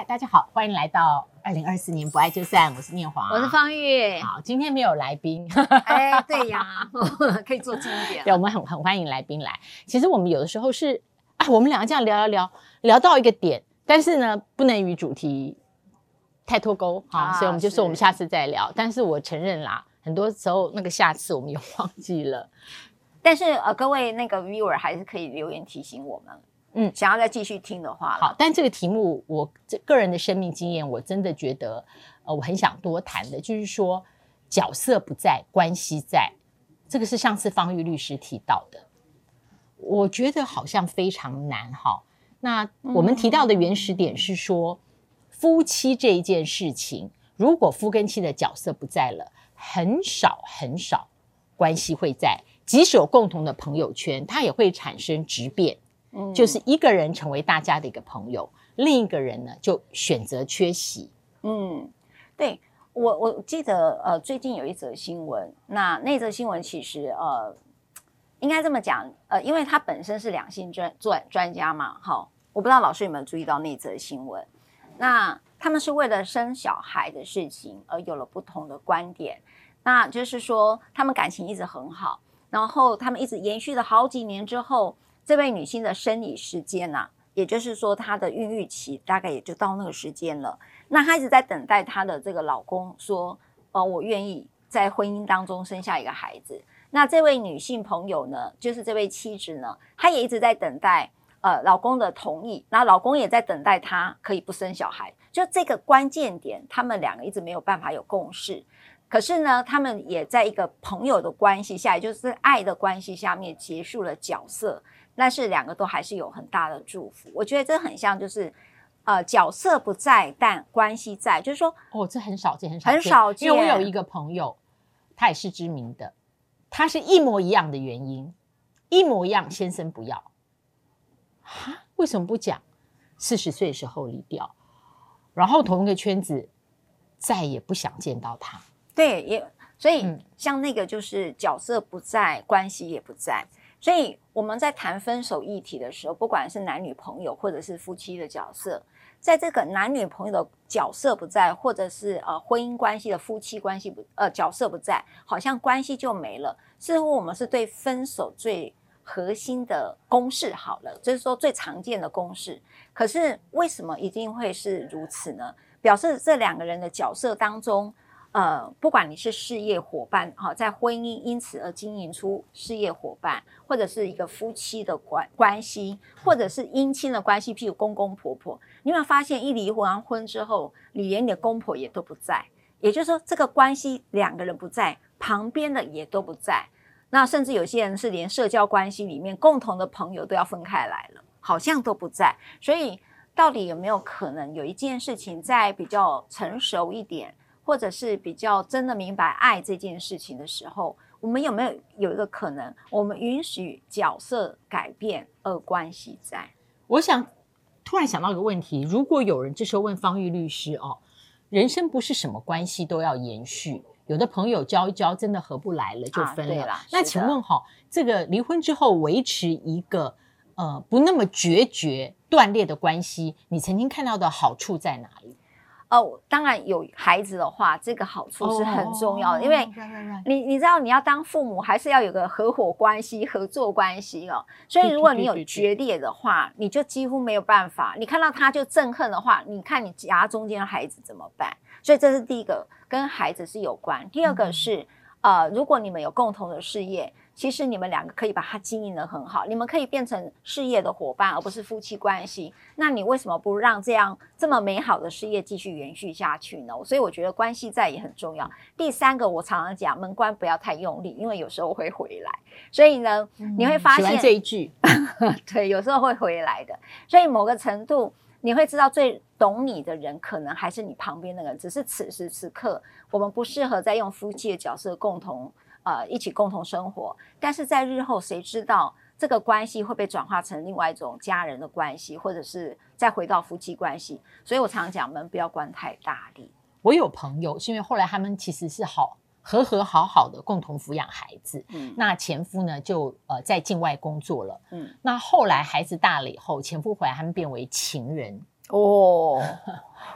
大家好，欢迎来到2024年不爱就散，我是念华， 我是芳玉。 好，今天没有来宾， 哎，对呀，可以做经典。 对，我们很欢迎来宾来。其实我们有的时候是我们两个这样聊到一个点，但是呢，不能与主题太脱钩，所以我们就说我们下次再聊。但是我承认啦，很多时候那个下次我们又忘记了。 但是各位那个 viewer 还是可以留言提醒我们，想要再继续听的话。 好，但这个题目我个人的生命经验，我真的觉得我很想多谈的，就是说角色不在，关系在，这个是上次芳玉律师提到的，我觉得好像非常难哈。那我们提到的原始点是说，夫妻这一件事情，如果夫跟妻的角色不在了，很少关系会在，即使有共同的朋友圈，它也会产生质变。就是一个人成为大家的一个朋友，另一个人呢就选择缺席。 对，我记得最近有一则新闻，那则新闻其实应该这么讲，因为他本身是两性专家嘛，我不知道老师有没有注意到那则新闻。那他们是为了生小孩的事情而有了不同的观点，那就是说他们感情一直很好，然后他们一直延续了好几年之后，这位女性的生理时间也就是说她的孕育期大概也就到那个时间了，那她一直在等待她的这个老公说我愿意在婚姻当中生下一个孩子。那这位女性朋友呢，就是这位妻子呢，她也一直在等待老公的同意，那老公也在等待她可以不生小孩，就这个关键点他们两个一直没有办法有共识。可是呢，他们也在一个朋友的关系下，也就是爱的关系下面结束了角色，但是两个都还是有很大的祝福。我觉得这很像就是角色不在但关系在，就是说这很少见， 很少见。 因为我有一个朋友，他也是知名的，他是一模一样的原因，一模一样，先生不要为什么不讲？40岁的时候离掉，然后同一个圈子再也不想见到他。 对，所以像那个就是角色不在，关系也不在。所以我们在谈分手议题的时候，不管是男女朋友或者是夫妻的角色，在这个男女朋友的角色不在，或者是婚姻关系的夫妻关系角色不在，好像关系就没了。似乎我们是对分手最核心的公式好了，就是说最常见的公式。可是为什么一定会是如此呢？表示这两个人的角色当中不管你是事业伙伴在婚姻因此而经营出事业伙伴，或者是一个夫妻的关系，或者是姻亲的关系，譬如公公婆婆，你有没有发现一离完婚之后，你连你的公婆也都不在，也就是说这个关系两个人不在，旁边的也都不在，那甚至有些人是连社交关系里面共同的朋友都要分开来了，好像都不在。所以到底有没有可能有一件事情在比较成熟一点，或者是比较真的明白爱这件事情的时候，我们有一个可能，我们允许角色改变而关系在？ 我突然想到一个问题，如果有人这时候问芳玉律师人生不是什么关系都要延续，有的朋友交一交真的合不来了就分了。那请问这个离婚之后维持一个不那么决绝断裂的关系，你曾经看到的好处在哪里？ 当然有孩子的话，这个好处是很重要的，因为你知道你要当父母还是要有个合伙关系、合作关系所以如果你有决裂的话，你就几乎没有办法。你看到他就憎恨的话，你看你夹中间的孩子怎么办？所以这是第一个，跟孩子是有关。第二个是如果你们有共同的事业，其实你们两个可以把它经营得很好，你们可以变成事业的伙伴，而不是夫妻关系。那你为什么不让这么美好的事业继续延续下去呢？所以我觉得关系在也很重要。第三个，我常常讲门关不要太用力，因为有时候会回来。所以呢，你会发现喜欢这一句对，有时候会回来的。所以某个程度你会知道最懂你的人可能还是你旁边那个人，只是此时此刻我们不适合再用夫妻的角色一起共同生活，但是在日后谁知道这个关系会被转化成另外一种家人的关系，或者是再回到夫妻关系。所以我常讲门不要关太大力。 我有朋友是因为后来他们其实是好好的共同抚养孩子，那前夫呢就在境外工作了，那后来孩子大了以后，前夫回来他们变为情人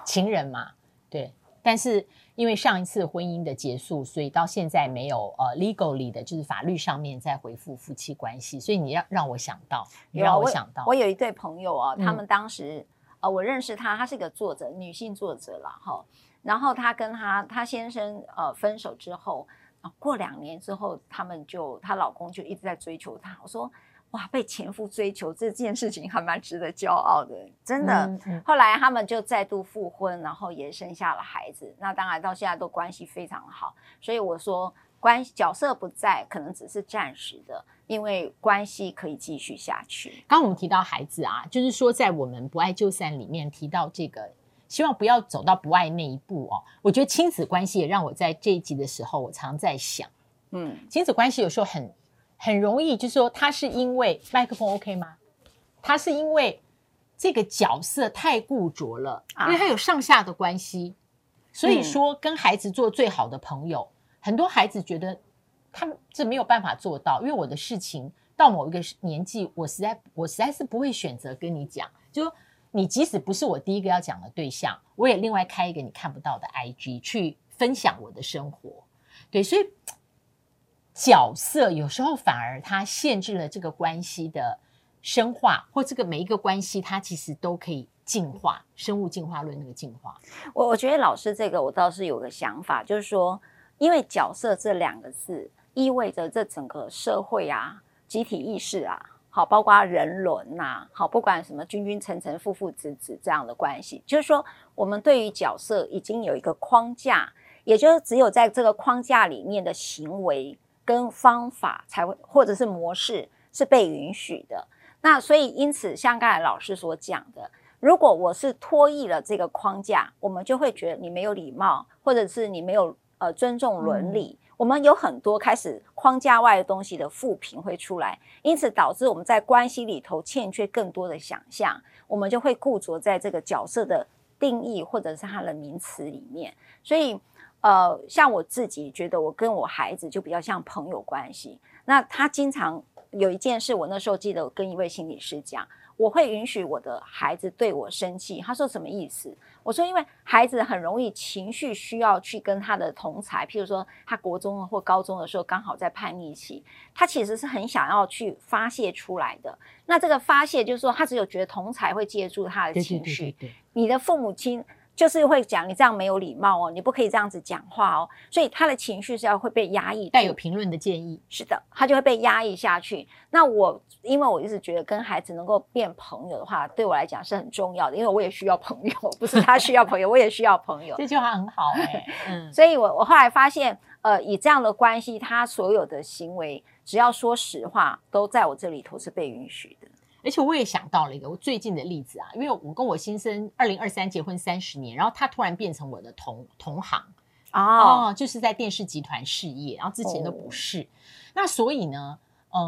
情人嘛，对。但是因为上一次婚姻的结束，所以到现在没有legally 的，就是法律上面再回复夫妻关系。所以你让我想到， 我有一对朋友啊，他们当时我认识他是一个作者，女性作者啦哈。然后他跟他先生分手之后，过2年之后，她老公就一直在追求她。我说哇，被前夫追求这件事情还蛮值得骄傲的，真的。后来他们就再度复婚，然后也生下了孩子。那当然到现在都关系非常好。所以我说角色不在，可能只是暂时的，因为关系可以继续下去。 刚刚我们提到孩子啊，就是说在我们不爱就散里面提到这个，希望不要走到不爱那一步哦。我觉得亲子关系也让我在这一集的时候，我常在想，亲子关系有时候很容易，就是说他是因为麦克风 OK 吗？他是因为这个角色太固着了，因为他有上下的关系，所以说跟孩子做最好的朋友，很多孩子觉得他们这没有办法做到，因为我的事情到某一个年纪，我实在是不会选择跟你讲，就说你即使不是我第一个要讲的对象，我也另外开一个你看不到的 IG 去分享我的生活。对，所以角色有时候反而它限制了这个关系的深化，或这个每一个关系它其实都可以进化，生物进化论那个进化。 我觉得老师这个我倒是有个想法，就是说因为角色这2个字意味着这整个社会啊，集体意识啊，好，包括人伦啊，好，不管什么君君臣臣父父子子这样的关系，就是说我们对于角色已经有一个框架，也就是只有在这个框架里面的行为跟方法才会，或者是模式是被允许的。那所以因此像刚才老师所讲的，如果我是脱逸了这个框架，我们就会觉得你没有礼貌，或者是你没有尊重伦理，我们有很多开始框架外的东西的负评会出来，因此导致我们在关系里头欠缺更多的想象，我们就会固着在这个角色的定义或者是它的名词里面。所以像我自己觉得我跟我孩子就比较像朋友关系。那他经常有一件事，我那时候记得我跟一位心理师讲，我会允许我的孩子对我生气。他说什么意思？我说因为孩子很容易情绪需要去跟他的同侪，譬如说他国中或高中的时候刚好在叛逆期，他其实是很想要去发泄出来的。那这个发泄就是说他只有觉得同侪会接住他的情绪， 对， 你的父母亲就是会讲你这样没有礼貌哦，你不可以这样子讲话哦，所以他的情绪是会被压抑， 带有评论的建议。 是的，他就会被压抑下去。那因为我一直觉得跟孩子能够变朋友的话，对我来讲是很重要的，因为我也需要朋友，不是他需要朋友，我也需要朋友。 这句话很好所以我后来发现，以这样的关系，他所有的行为，只要说实话，都在我这里头是被允许的。 而且我也想到了一个我最近的例子啊，因为我跟我先生2023结婚30年，然后他突然变成我的同行就是在电视集团事业，然后之前都不是。那所以呢，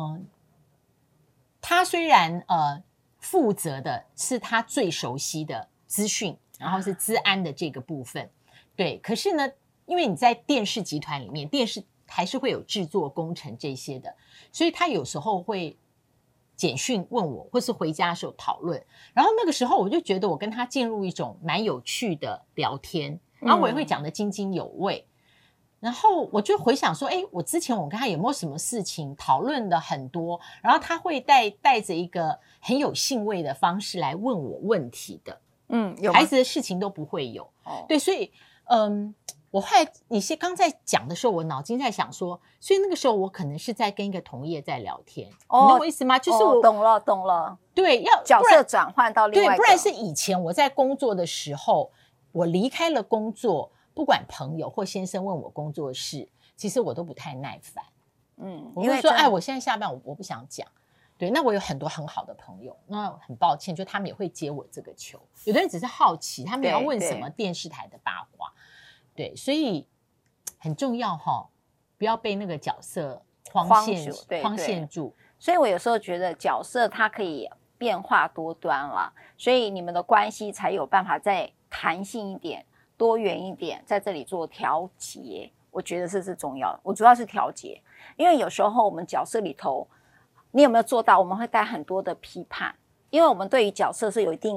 他虽然负责的是他最熟悉的资讯，然后是资安的这个部分，对。可是呢，因为你在电视集团里面，电视还是会有制作工程这些的，所以他有时候会简讯问我，或是回家的时候讨论，然后那个时候我就觉得我跟他进入一种蛮有趣的聊天，然后我也会讲得津津有味，然后我就回想说，我之前我跟他有没有什么事情讨论的很多，然后他会带着一个很有兴味的方式来问我问题的，有孩子的事情都不会有，对，所以我后来你刚在讲的时候，我脑筋在想说，所以那个时候我可能是在跟一个同业在聊天，你懂我意思吗？就是我懂了， 对，要角色转换到另外一个， 对，不然是以前我在工作的时候，我离开了工作，不管朋友或先生问我工作事，其实我都不太耐烦，我会说，我现在下班我不想讲。对，那我有很多很好的朋友，那很抱歉，就他们也会接我这个球。有的人只是好奇，他们要问什么电视台的八卦。对，所以很重要不要被那个角色框限住。 所以我有时候觉得角色它可以变化多端了，所以你们的关系才有办法再弹性一点、多元一点，在这里做调节。我觉得这是重要的。我主要是调节，因为有时候我们角色里头，你有没有做到？我们会带很多的批判，因为我们对于角色是有一定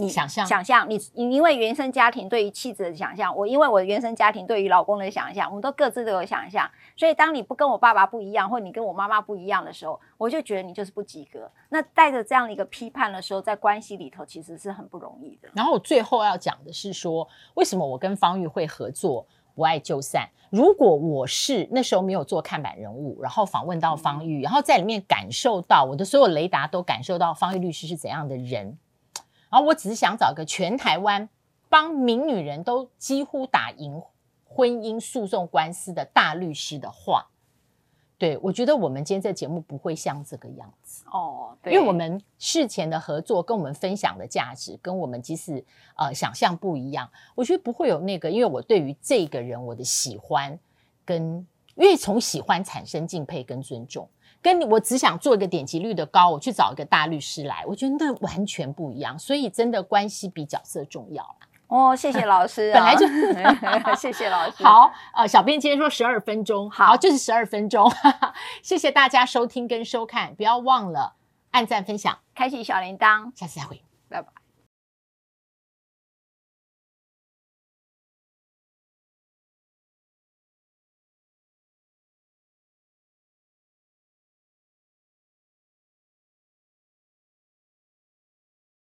你想象你因为原生家庭对于妻子的想象，我因为我原生家庭对于老公的想象，我们都各自都有想象，所以当你不跟我爸爸不一样，或你跟我妈妈不一样的时候，我就觉得你就是不及格。那带着这样的一个批判的时候，在关系里头其实是很不容易的。 然后我最后要讲的是说，为什么我跟方玉会合作不爱就散？如果我是那时候没有做看板人物，然后访问到方玉，然后在里面感受到我的所有雷达都感受到方玉律师是怎样的人，然后我只是想找一个全台湾帮名女人都几乎打赢婚姻诉讼官司的大律师的话，对，我觉得我们今天这节目不会像这个样子哦，对， 因为我们事前的合作跟我们分享的价值跟我们即使想象不一样，我觉得不会有那个，因为我对于这个人我的喜欢跟因为从喜欢产生敬佩跟尊重，跟我只想做一个点击率的高，我去找一个大律师来，我觉得那完全不一样，所以真的关系比角色重要啦。 哦，谢谢老师、 本来就谢谢老师。 好，小编今天说12分钟， 好， 就是12分钟，谢谢大家收听跟收看，不要忘了按赞分享， 开启小铃铛， 下次再会。